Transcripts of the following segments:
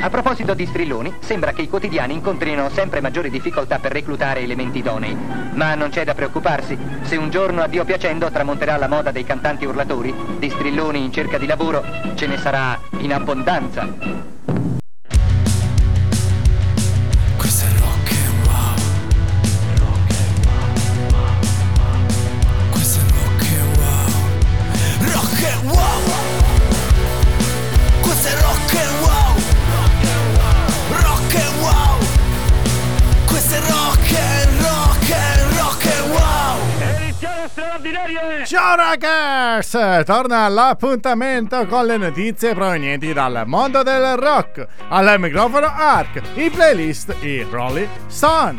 A proposito di strilloni, sembra che i quotidiani incontrino sempre maggiori difficoltà per reclutare elementi idonei. Ma non c'è da preoccuparsi. Se un giorno, a Dio piacendo, tramonterà la moda dei cantanti urlatori, di strilloni in cerca di lavoro, ce ne sarà in abbondanza. Ciao rockers! Torna l'appuntamento con le notizie provenienti dal mondo del rock. Al microfono Ark, in playlist i Rolling Stone.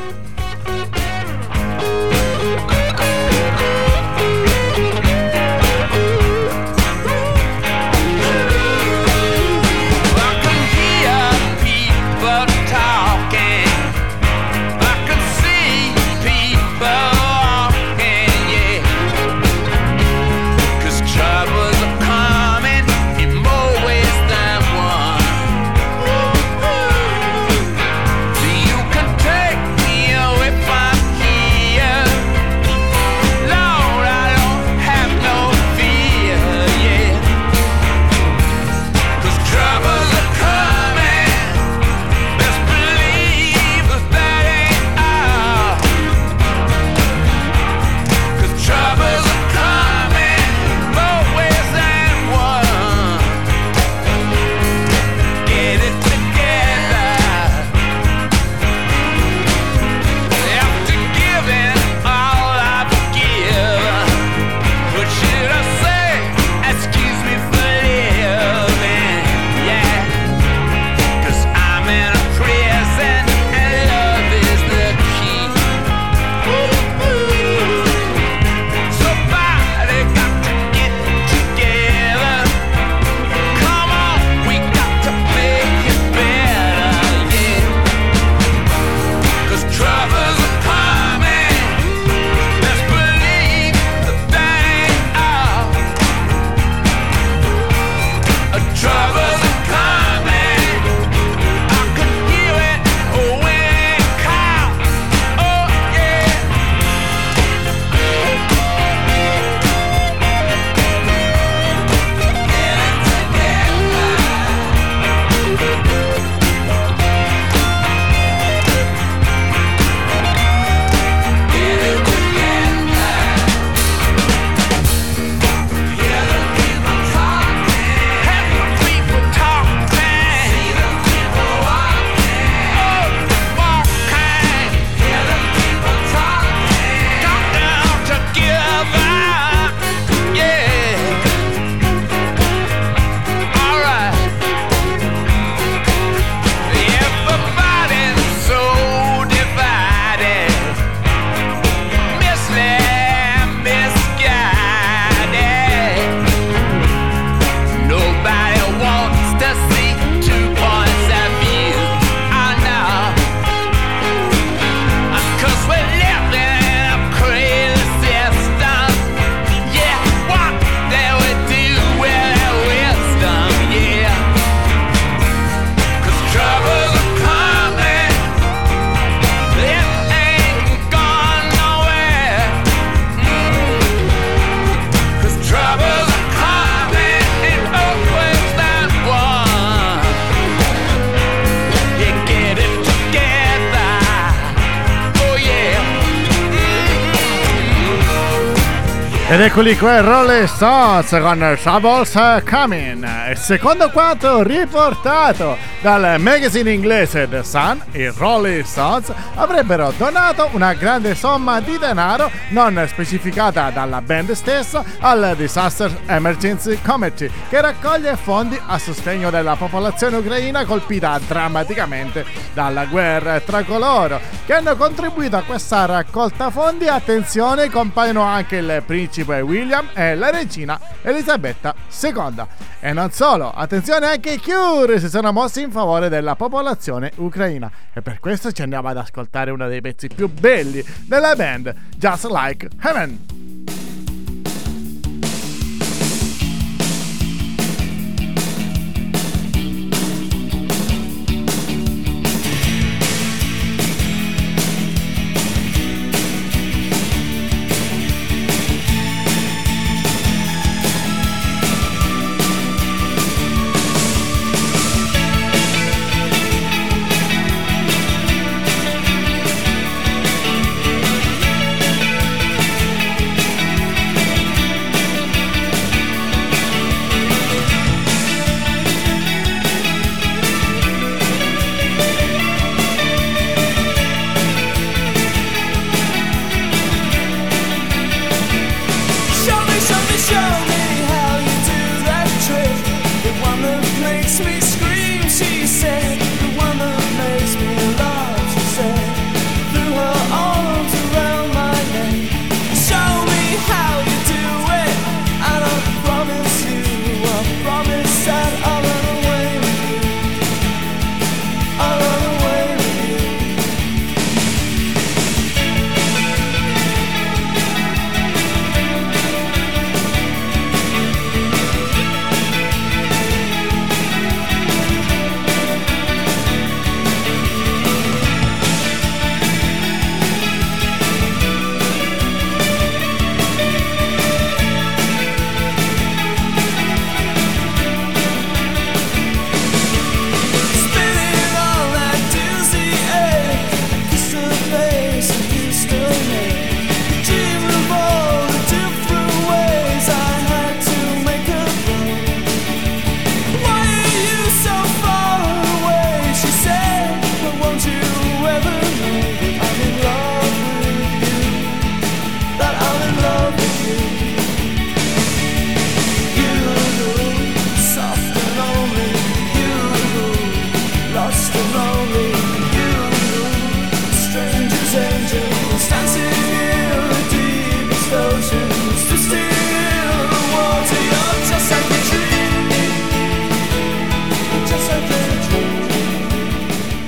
Ed eccoli qua, Rolling Stones con Troubles Coming. E secondo quanto riportato dal magazine inglese The Sun, i Rolling Stones avrebbero donato una grande somma di denaro non specificata dalla band stessa al Disaster Emergency Committee, che raccoglie fondi a sostegno della popolazione ucraina colpita drammaticamente dalla guerra tra coloro che hanno contribuito a questa raccolta fondi. Attenzione, compaiono anche il principe William e la regina Elisabetta II. E non solo, attenzione, anche i Cure si sono mossi in favore della popolazione ucraina, e per questo ci andiamo ad ascoltare uno dei pezzi più belli della band, Just Like Heaven.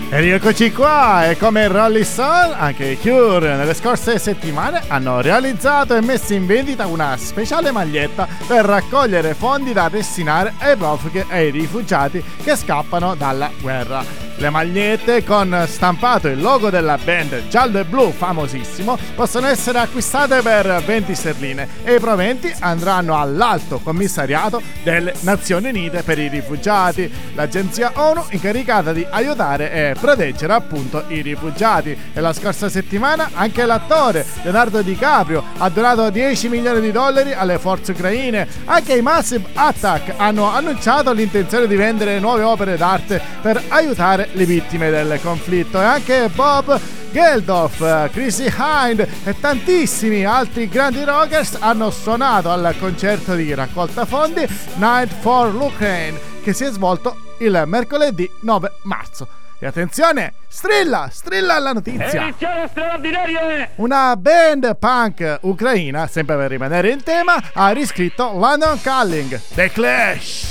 E rieccoci qua, e come Rolling Stone, anche i Cure nelle scorse settimane hanno realizzato e messo in vendita una speciale maglietta per raccogliere fondi da destinare ai profughi e ai rifugiati che scappano dalla guerra. Le magliette con stampato il logo della band giallo e blu famosissimo possono essere acquistate per 20 sterline e i proventi andranno all'Alto Commissariato delle Nazioni Unite per i rifugiati, l'agenzia ONU incaricata di aiutare e proteggere appunto i rifugiati. E la scorsa settimana anche l'attore Leonardo DiCaprio ha donato $10 milioni alle forze ucraine. Anche i Massive Attack hanno annunciato l'intenzione di vendere nuove opere d'arte per aiutare le vittime del conflitto, e anche Bob Geldof, Chrissy Hind e tantissimi altri grandi rockers hanno suonato al concerto di raccolta fondi Night for Ukraine che si è svolto il mercoledì 9 marzo. E attenzione, strilla la notizia! Edizione straordinaria! Una band punk ucraina, sempre per rimanere in tema, ha riscritto London Calling, The Clash.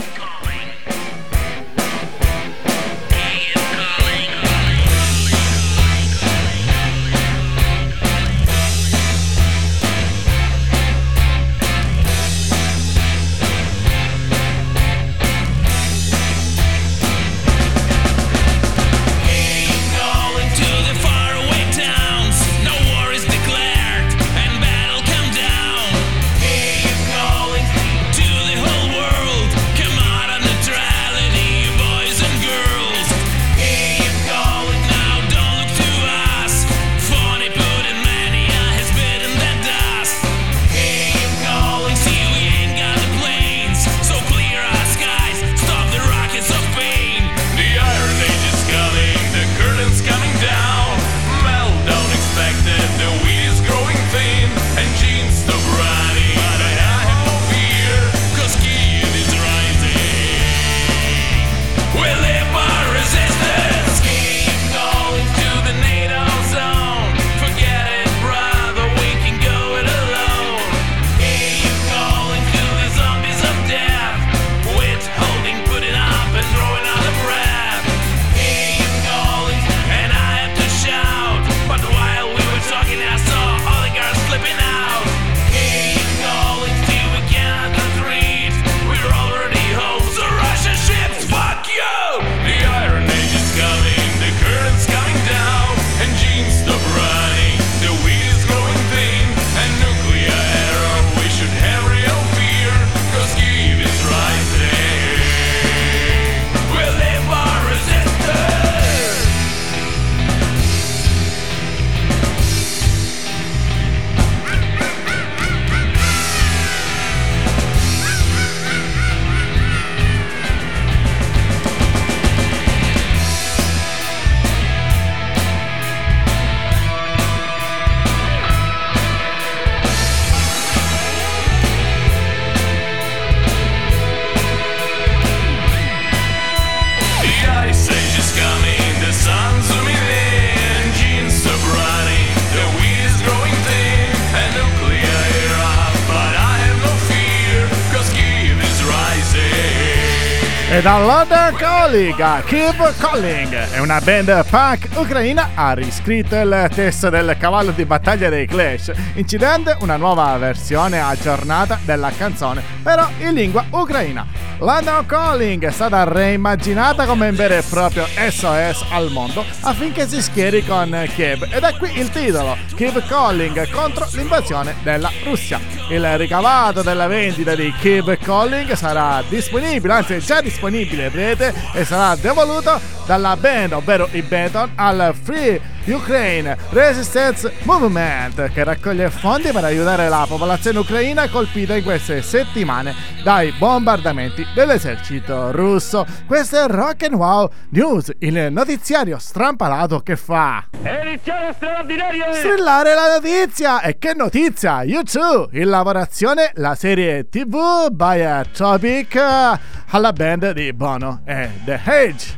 E da London Calling a Keep Calling, è una band punk ucraina, ha riscritto il testo del cavallo di battaglia dei Clash, incidendo una nuova versione aggiornata della canzone, però in lingua ucraina. London Calling è stata reimmaginata come un vero e proprio SOS al mondo affinché si schieri con Kiev, ed è qui il titolo, Keep Calling, contro l'invasione della Russia. Il ricavato della vendita di Keep Calling sarà disponibile, anzi è già disponibile in rete, e sarà devoluto dalla band, ovvero i Benton, al Free Ukraine Resistance Movement, che raccoglie fondi per aiutare la popolazione ucraina colpita in queste settimane dai bombardamenti dell'esercito russo. Questo è Rock and Wow News, il notiziario strampalato che fa Edizione straordinaria! strillare la notizia. E che notizia! U2 in lavorazione la serie TV Biotopic alla band di Bono e The Edge.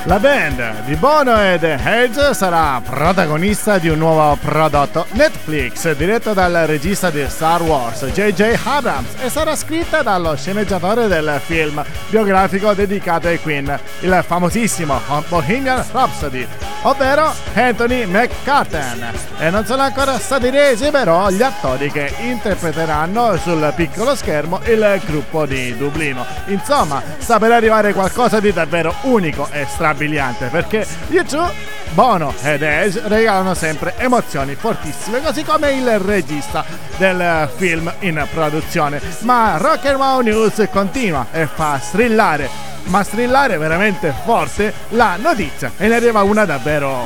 La band di Bono e The Hedge sarà protagonista di un nuovo prodotto Netflix diretto dal regista di Star Wars J.J. Abrams e sarà scritta dallo sceneggiatore del film biografico dedicato ai Queen, il famosissimo Bohemian Rhapsody, ovvero Anthony McCartan. E non sono ancora stati resi però gli attori che interpreteranno sul piccolo schermo il gruppo di Dublino. Insomma, sta per arrivare qualcosa di davvero unico e strabiliante, perché U2, Bono ed Edge regalano sempre emozioni fortissime, così come il regista del film in produzione. Ma Rock and Roll News continua e fa strillare, ma strillare veramente forte, la notizia, e ne arriva una davvero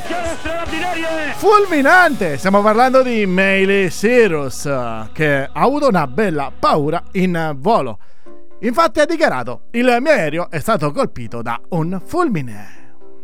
fulminante. Stiamo parlando di Miley Cyrus, che ha avuto una bella paura in volo. Infatti ha dichiarato: il mio aereo è stato colpito da un fulmine.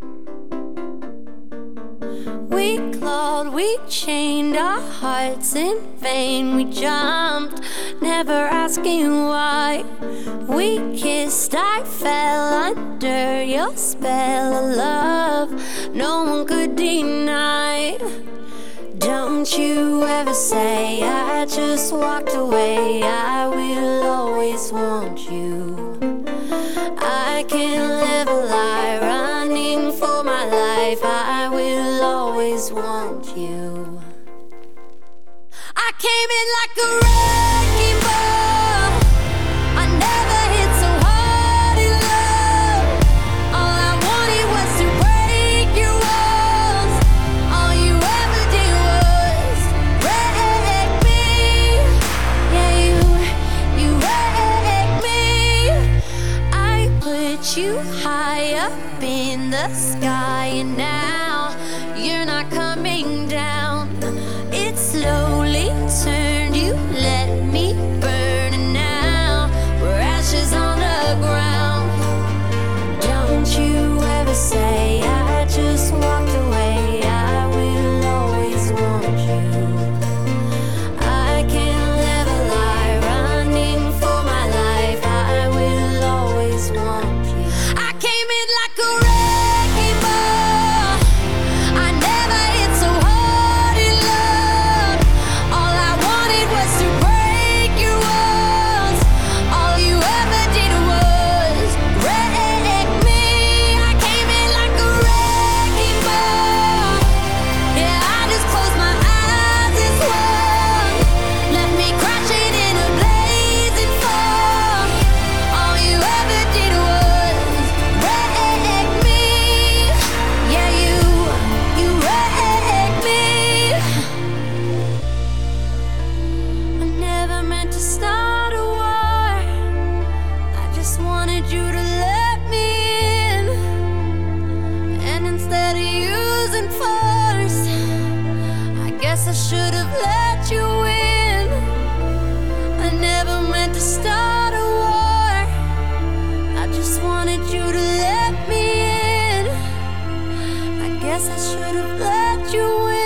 We clawed, we chained our hearts in vain. We jumped, never asking why. We kissed, I fell under your spell of love no one could deny. Don't you ever say I just walked away. I will always want you. I can't live a lie running for my life. I will always want you. I came in like a wrecking ball. I never hit so hard in love. All I wanted was to break your walls. All you ever did was wreck me. Yeah, you wrecked me. I put you high up in the sky, and now you're not coming down. It slowly turned, you let me burn, and now we're ashes on the ground. Don't you ever say I just walked away. I will always want you. I can't live a lie running for my life. I will always want you. I came in like a wrecking ball. I never hit so hard in love. All I wanted was to break your walls. All you ever did was wreck me. I came in like a wrecking ball. Yeah, I just closed my eyes and swung. Left me crashing in a blazing fall. All you ever did was wreck me. Yeah, you wrecked me. I never meant to start a war. I just wanted you to let me in. And instead of using force, I guess I should have let you in. I never meant to start a war. I just wanted you to let me in. I guess I should have let you in.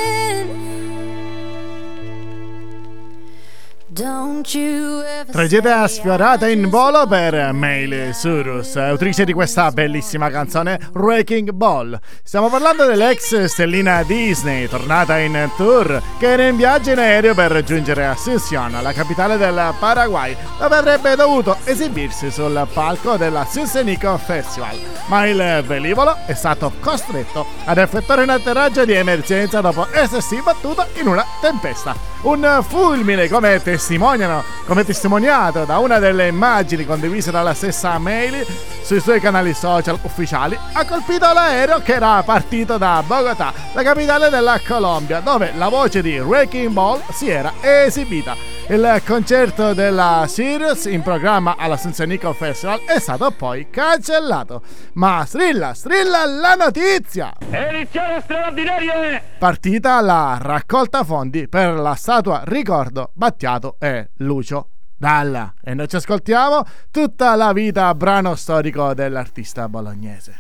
Don't you ever Tragedia say sfiorata I in just volo per walked Miley Cyrus, autrice di questa bellissima canzone Wrecking Ball. Stiamo parlando dell'ex stellina Disney, tornata in tour, che era in viaggio in aereo per raggiungere Asunción, la capitale del Paraguay, dove avrebbe dovuto esibirsi sul palco della Sunsenico Festival. Ma il velivolo è stato costretto ad effettuare un atterraggio di emergenza dopo essersi battuto in una tempesta. Un fulmine, come testimoniato da una delle immagini condivise dalla stessa Miley sui suoi canali social ufficiali, ha colpito l'aereo che era partito da Bogotà, la capitale della Colombia, dove la voce di Wrecking Ball si era esibita. Il concerto della Cyrus in programma alla Sunsenico Festival è stato poi cancellato. Ma strilla la notizia! Edizione straordinaria! Partita la raccolta fondi per la statua ricordo Battiato e Lucio Dalla. E noi ci ascoltiamo Tutta la vita, brano storico dell'artista bolognese.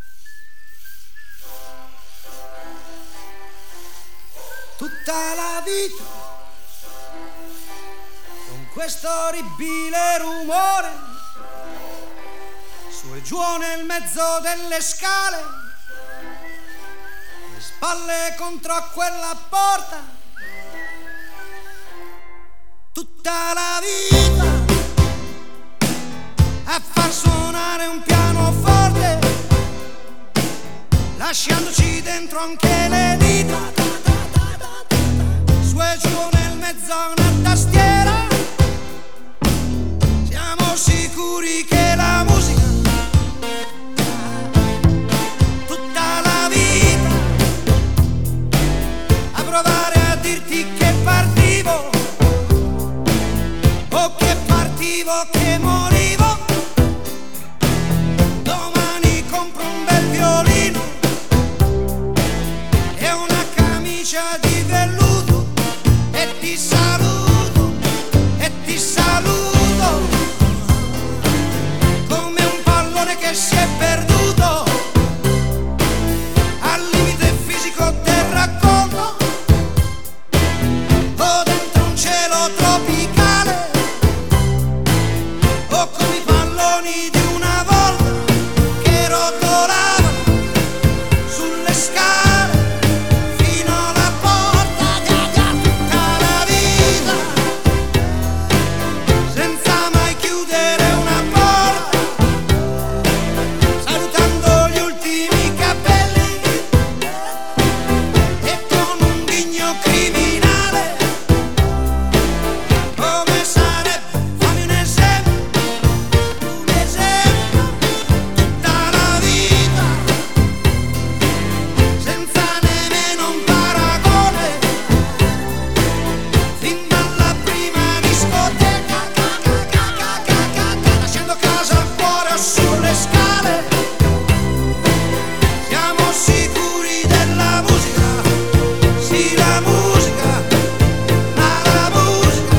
Tutta la vita con questo orribile rumore su e giù nel mezzo delle scale, le spalle contro quella porta, tutta la vita a far suonare un pianoforte, lasciandoci dentro anche le dita, su e giù nel mezzo a una tastiera. Siamo sicuri che la musica tutta la vita, a provare a dirti che partivo o che partivo, che morivo. Domani compro un bel violino e una camicia di velluto e ti saluto, e ti saluto come un pallone che si è perduto, al limite fisico del racconto, o dentro un cielo tropicale, o come i palloni di una volta che rotolavano sulle scale fino alla porta. Tutta la vita senza mai chiudere una porta, salutando gli ultimi capelli e con un ghigno criminale. Come sarebbe, fammi un esempio, tutta la vita senza nemmeno un paragone, fin dalla prima discoteca, lasciando casa al cuore o sulle scale. Siamo sicuri della musica, sì la musica, ma la musica.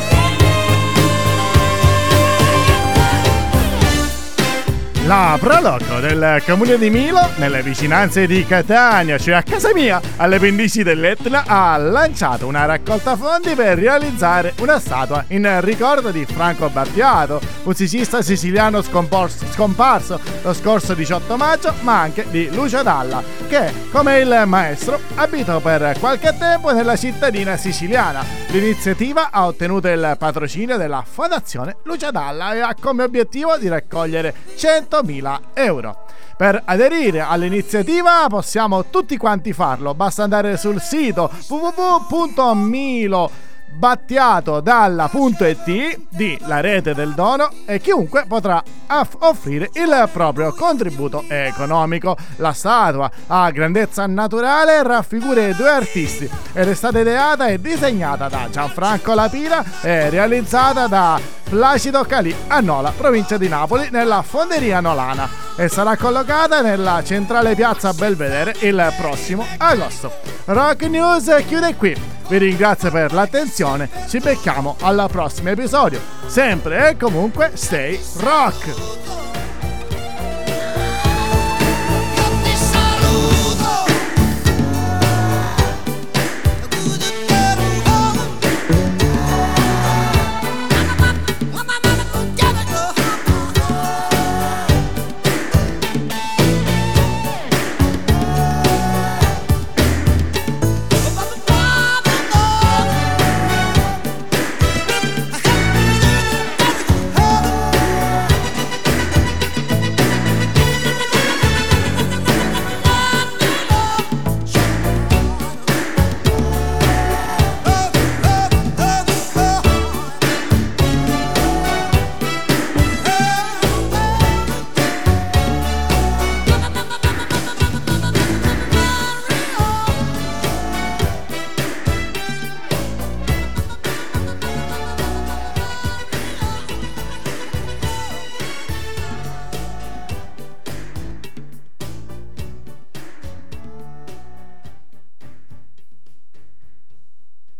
La Proloco del comune di Milo, nelle vicinanze di Catania, cioè a casa mia, alle pendici dell'Etna, ha lanciato una raccolta fondi per realizzare una statua in ricordo di Franco Battiato, musicista siciliano scomparso lo scorso 18 maggio, ma anche di Lucio Dalla, che, come il maestro, abitò per qualche tempo nella cittadina siciliana. L'iniziativa ha ottenuto il patrocinio della Fondazione Lucio Dalla e ha come obiettivo di raccogliere 100.000 euro. Per aderire all'iniziativa possiamo tutti quanti farlo, basta andare sul sito www.milobattiatodalla.it di La Rete del Dono e chiunque potrà offrire il proprio contributo economico. La statua a grandezza naturale raffigura i due artisti ed è stata ideata e disegnata da Gianfranco Lapira e realizzata da Placido Calì a Nola, provincia di Napoli, nella Fonderia Nolana, e sarà collocata nella centrale piazza Belvedere il prossimo agosto. Rock News chiude qui. Vi ringrazio per l'attenzione, ci becchiamo al prossimo episodio. Sempre e comunque stay rock!